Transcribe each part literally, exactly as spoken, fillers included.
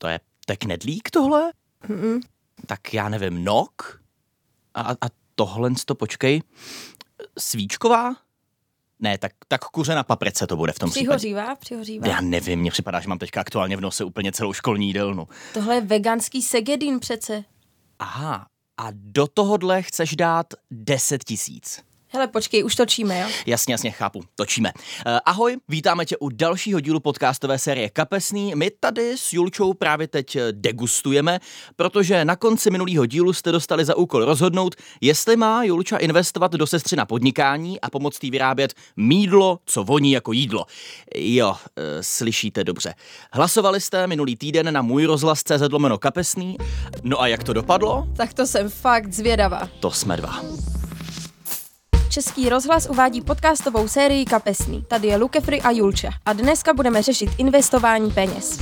To je to knedlík tohle? Mm-mm. Tak já nevím, nok? A, a tohle to, počkej, svíčková? Ne, tak, tak kuře na paprice to bude v tom Přihořívá, případě. přihořívá. Já nevím, mně připadá, že mám teďka aktuálně v nose úplně celou školní jídelnu. Tohle je veganský segedín přece. Aha, a do tohohle chceš dát deset tisíc. Hele, počkej, už točíme, jo? Jasně, jasně, chápu, točíme. Uh, ahoj, vítáme tě u dalšího dílu podcastové série Kapesný. My tady s Julčou právě teď degustujeme, protože na konci minulého dílu jste dostali za úkol rozhodnout, jestli má Julča investovat do sestřina podnikání a pomoct jí vyrábět mýdlo, co voní jako jídlo. Jo, uh, slyšíte dobře. Hlasovali jste minulý týden na můj rozhlas tečka cé zet lomeno kapesný. No a jak to dopadlo? Tak to jsem fakt zvědavá. To jsme dva. Český rozhlas uvádí podcastovou sérii Kapesný. Tady je Lukefry a Julča. A dneska budeme řešit investování peněz.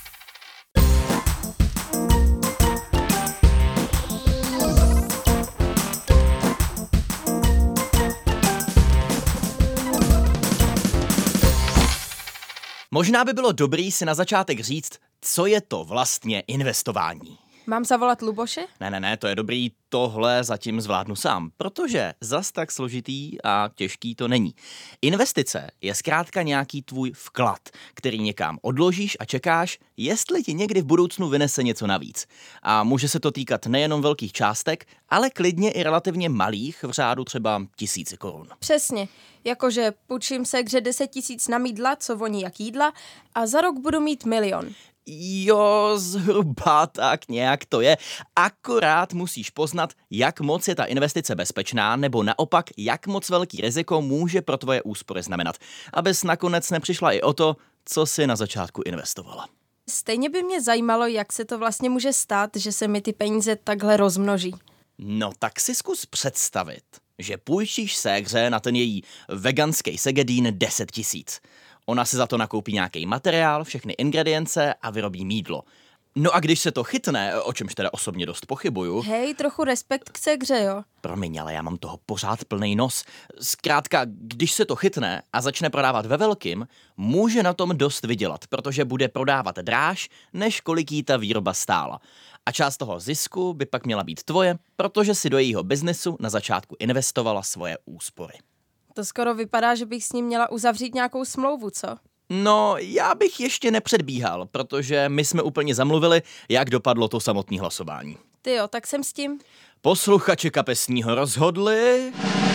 Možná by bylo dobrý si na začátek říct, co je to vlastně investování. Mám zavolat Luboše? Ne, ne, ne, to je dobrý, tohle zatím zvládnu sám, protože zas tak složitý a těžký to není. Investice je zkrátka nějaký tvůj vklad, který někam odložíš a čekáš, jestli ti někdy v budoucnu vynese něco navíc. A může se to týkat nejenom velkých částek, ale klidně i relativně malých, v řádu třeba tisíci korun. Přesně, jakože půjčím se kře deset tisíc na mýdla, co voní jak jídla, a za rok budu mít milion. Jo, zhruba tak nějak to je. Akorát musíš poznat, jak moc je ta investice bezpečná, nebo naopak, jak moc velký riziko může pro tvoje úspory znamenat, abys nakonec nepřišla i o to, co si na začátku investovala. Stejně by mě zajímalo, jak se to vlastně může stát, že se mi ty peníze takhle rozmnoží. No tak si zkus představit, že půjčíš ségře na ten její veganský segedín deset tisíc. Ona si za to nakoupí nějaký materiál, všechny ingredience a vyrobí mýdlo. No a když se to chytne, o čemž teda osobně dost pochybuju... Hej, trochu respekt k ségře, jo? Promiň, ale já mám toho pořád plnej nos. Zkrátka, když se to chytne a začne prodávat ve velkým, může na tom dost vydělat, protože bude prodávat dráž, než kolik jí ta výroba stála. A část toho zisku by pak měla být tvoje, protože si do jejího biznesu na začátku investovala svoje úspory. To skoro vypadá, že bych s ním měla uzavřít nějakou smlouvu, co? No, já bych ještě nepředbíhal, protože my jsme úplně zamluvili, jak dopadlo to samotné hlasování. Tyjo, tak jsem s tím. Posluchači Kapesního rozhodli,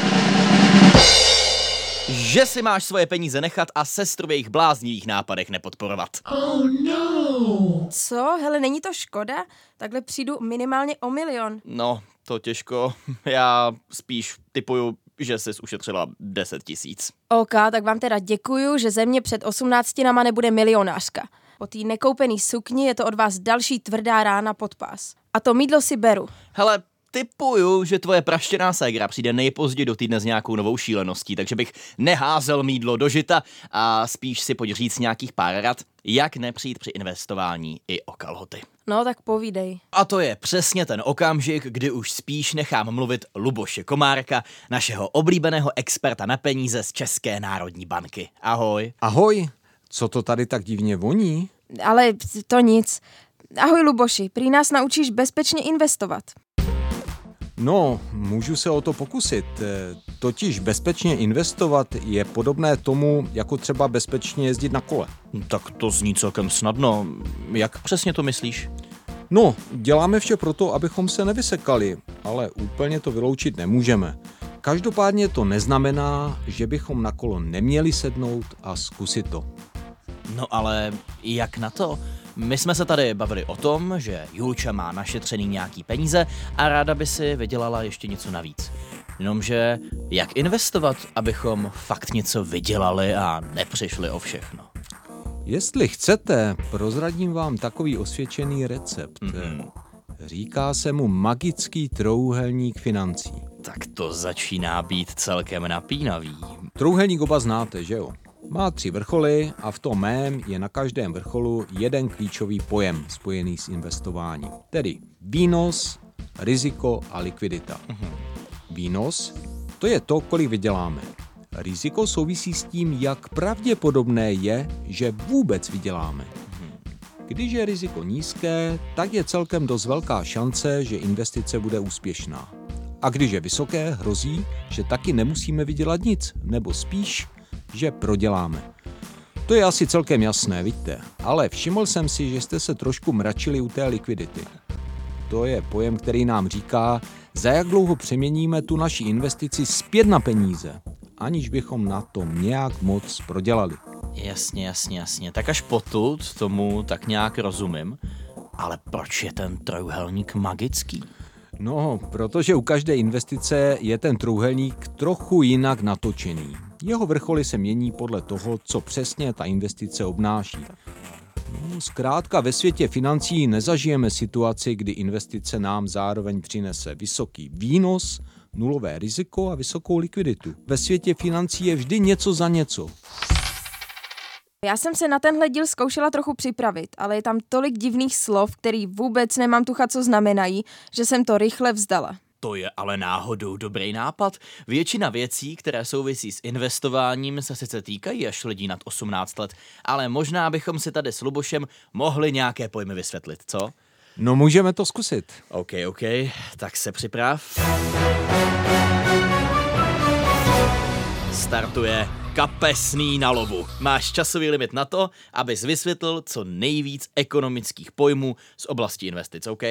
že si máš svoje peníze nechat a sestru v jejich bláznivých nápadech nepodporovat. Oh no! Co? Hele, není to škoda? Takhle přijdu minimálně o milion. No, to těžko. Já spíš tipuju, že jsi ušetřila deset tisíc. OK, tak vám teda děkuju, že ze mě před osmnáctinama nebude milionářka. Po té nekoupený sukni je to od vás další tvrdá rána pod pás. A to mýdlo si beru. Hele, tipuju, že tvoje praštěná ségra přijde nejpozději do týdne s nějakou novou šíleností, takže bych neházel mýdlo do žita a spíš si pojď říct nějakých pár rad, jak nepřijít při investování i o kalhoty. No tak povídej. A to je přesně ten okamžik, kdy už spíš nechám mluvit Luboše Komárka, našeho oblíbeného experta na peníze z České národní banky. Ahoj. Ahoj, co to tady tak divně voní? Ale to nic. Ahoj Luboši, prý nás naučíš bezpečně investovat. No, můžu se o to pokusit. Totiž bezpečně investovat je podobné tomu, jako třeba bezpečně jezdit na kole. Tak to zní celkem snadno. Jak přesně to myslíš? No, děláme vše proto, abychom se nevysekali, ale úplně to vyloučit nemůžeme. Každopádně to neznamená, že bychom na kolo neměli sednout a zkusit to. No ale jak na to? My jsme se tady bavili o tom, že Julča má našetřený nějaký peníze a ráda by si vydělala ještě něco navíc. Jenomže jak investovat, abychom fakt něco vydělali a nepřišli o všechno? Jestli chcete, prozradím vám takový osvědčený recept. Mm-hmm. Říká se mu magický trojúhelník financí. Tak to začíná být celkem napínavý. Trojúhelník oba znáte, že jo? Má tři vrcholy a v tom mém je na každém vrcholu jeden klíčový pojem spojený s investováním. Tedy výnos, riziko a likvidita. Mm-hmm. Výnos, to je to, kolik vyděláme. Riziko souvisí s tím, jak pravděpodobné je, že vůbec vyděláme. Když je riziko nízké, tak je celkem dost velká šance, že investice bude úspěšná. A když je vysoké, hrozí, že taky nemusíme vydělat nic, nebo spíš, že proděláme. To je asi celkem jasné, vidíte, ale všiml jsem si, že jste se trošku mračili u té likvidity. To je pojem, který nám říká, za jak dlouho přeměníme tu naši investici zpět na peníze, aniž bychom na tom nějak moc prodělali. Jasně, jasně, jasně. Tak až potud tomu tak nějak rozumím. Ale proč je ten trojúhelník magický? No, protože u každé investice je ten trojúhelník trochu jinak natočený. Jeho vrcholy se mění podle toho, co přesně ta investice obnáší. No, zkrátka ve světě financí nezažijeme situaci, kdy investice nám zároveň přinese vysoký výnos, nulové riziko a vysokou likviditu. Ve světě financí je vždy něco za něco. Já jsem se na tenhle díl zkoušela trochu připravit, ale je tam tolik divných slov, který vůbec nemám tucha, co znamenají, že jsem to rychle vzdala. To je ale náhodou dobrý nápad. Většina věcí, které souvisí s investováním, se sice týkají až lidí nad osmnáct let, ale možná bychom si tady s Lubošem mohli nějaké pojmy vysvětlit, co? No můžeme to zkusit. OK, OK, tak se připrav. Startuje kapesný na lovu. Máš časový limit na to, abys vysvětlil co nejvíc ekonomických pojmů z oblasti investic, OK?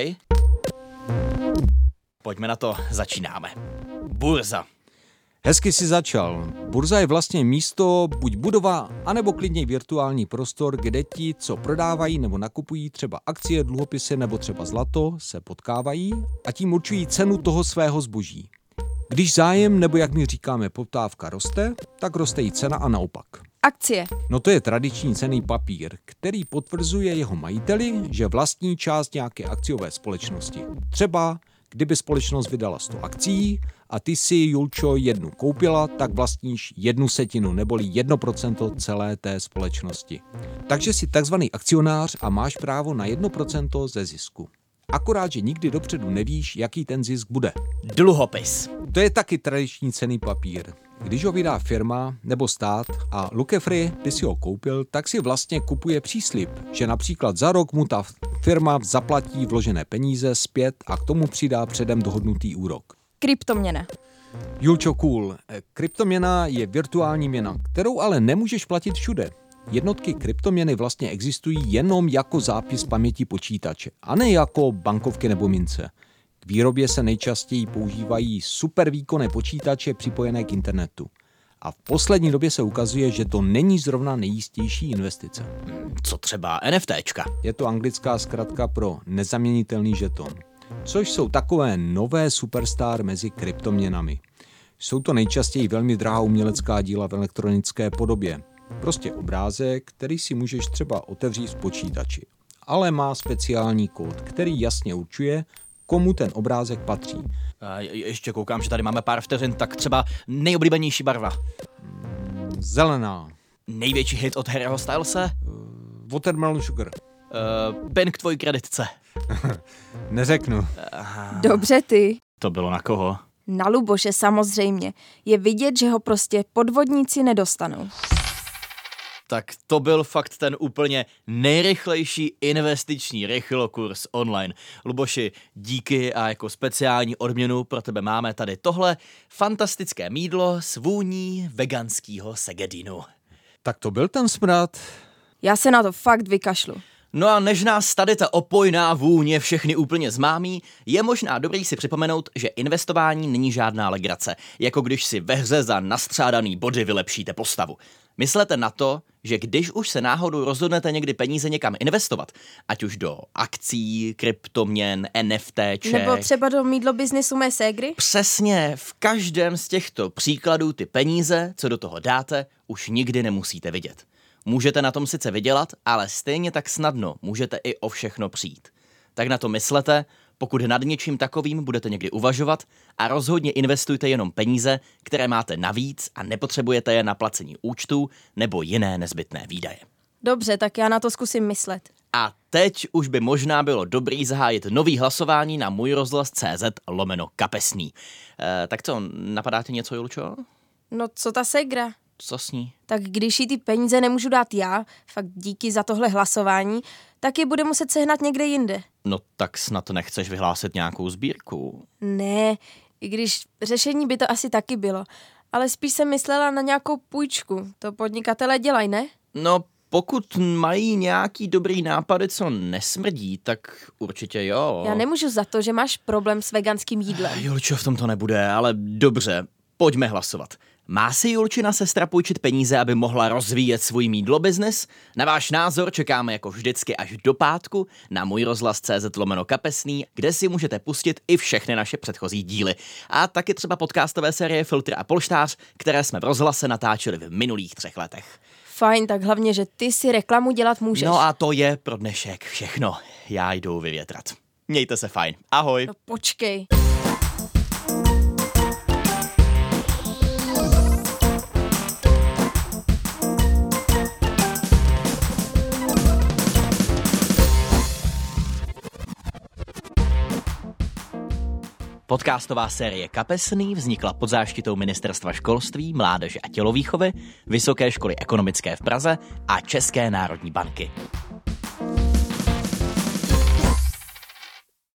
Pojďme na to, začínáme. Burza. Hezky si začal. Burza je vlastně místo, buď budova, anebo klidně virtuální prostor, kde ti, co prodávají nebo nakupují třeba akcie, dluhopisy nebo třeba zlato, se potkávají a tím určují cenu toho svého zboží. Když zájem nebo, jak my říkáme, poptávka roste, tak roste i cena a naopak. Akcie. No to je tradiční cenný papír, který potvrzuje jeho majiteli, že vlastní část nějaké akciové společnosti. Třeba kdyby společnost vydala sto akcií a ty si, Julčo, jednu koupila, tak vlastníš jednu setinu neboli jedno procento celé té společnosti. Takže jsi takzvaný akcionář a máš právo na jedno procento ze zisku. Akorát, že nikdy dopředu nevíš, jaký ten zisk bude. Dluhopis. To je taky tradiční cenný papír. Když ho vydá firma nebo stát a Lukefry by si ho koupil, tak si vlastně kupuje příslib, že například za rok mu ta firma zaplatí vložené peníze zpět a k tomu přidá předem dohodnutý úrok. Kryptoměna. Julčo, cool. Kryptoměna je virtuální měna, kterou ale nemůžeš platit všude. Jednotky kryptoměny vlastně existují jenom jako zápis paměti počítače, a ne jako bankovky nebo mince. K výrobě se nejčastěji používají supervýkonné počítače připojené k internetu. A v poslední době se ukazuje, že to není zrovna nejistější investice. Co třeba NFTčka? Je to anglická zkratka pro nezaměnitelný žeton, což jsou takové nové superstar mezi kryptoměnami. Jsou to nejčastěji velmi drahá umělecká díla v elektronické podobě. Prostě obrázek, který si můžeš třeba otevřít v počítači, ale má speciální kód, který jasně určuje, komu ten obrázek patří. A ještě koukám, že tady máme pár vteřin, tak třeba nejoblíbenější barva. Zelená. Největší hit od Harryho Stylese? Uh, Watermelon Sugar. Uh, pen k tvojí kreditce. Neřeknu. Aha. Dobře ty. To bylo na koho? Na Luboše samozřejmě. Je vidět, že ho prostě podvodníci nedostanou. Tak to byl fakt ten úplně nejrychlejší investiční rychlokurs online. Luboši, díky a jako speciální odměnu pro tebe máme tady tohle fantastické mýdlo s vůní veganského segedinu. Tak to byl ten smrad. Já se na to fakt vykašlu. No a než nás tady ta opojná vůně všechny úplně zmámí, je možná dobrý si připomenout, že investování není žádná legrace, jako když si ve hře za nastřádaný body vylepšíte postavu. Myslete na to, že když už se náhodou rozhodnete někdy peníze někam investovat, ať už do akcí, kryptoměn, NFTček... Nebo třeba do mýdlo biznesu mé ségry? Přesně, v každém z těchto příkladů ty peníze, co do toho dáte, už nikdy nemusíte vidět. Můžete na tom sice vydělat, ale stejně tak snadno můžete i o všechno přijít. Tak na to myslete, pokud nad něčím takovým budete někdy uvažovat a rozhodně investujte jenom peníze, které máte navíc a nepotřebujete je na placení účtů nebo jiné nezbytné výdaje. Dobře, tak já na to zkusím myslet. A teď už by možná bylo dobrý zahájit nový hlasování na můj rozhlas tečka cé zet lomeno kapesný. E, tak co, napadá ti něco, Julčo? No co ta ségra? Co s ní? Tak když jí ty peníze nemůžu dát já, fakt díky za tohle hlasování, tak je bude muset sehnat někde jinde. No tak snad nechceš vyhlásit nějakou sbírku. Ne, i když řešení by to asi taky bylo. Ale spíš jsem myslela na nějakou půjčku. To podnikatelé dělají, ne? No pokud mají nějaký dobrý nápady, co nesmrdí, tak určitě jo. Já nemůžu za to, že máš problém s veganským jídlem. Julčo, v tom to nebude, ale dobře, pojďme hlasovat. Má si Julčina sestra půjčit peníze, aby mohla rozvíjet svůj mýdlo business? Na váš názor čekáme jako vždycky až do pátku na můj rozhlas tečka cé zet lomeno kapesný, kde si můžete pustit i všechny naše předchozí díly. A taky třeba podcastové série Filtr a polštář, které jsme v rozhlase natáčeli v minulých třech letech. Fajn, tak hlavně, že ty si reklamu dělat můžeš. No a to je pro dnešek všechno. Já jdu vyvětrat. Mějte se fajn. Ahoj. No počkej. Podcastová série Kapesný vznikla pod záštitou Ministerstva školství, mládeže a tělovýchovy, Vysoké školy ekonomické v Praze a České národní banky.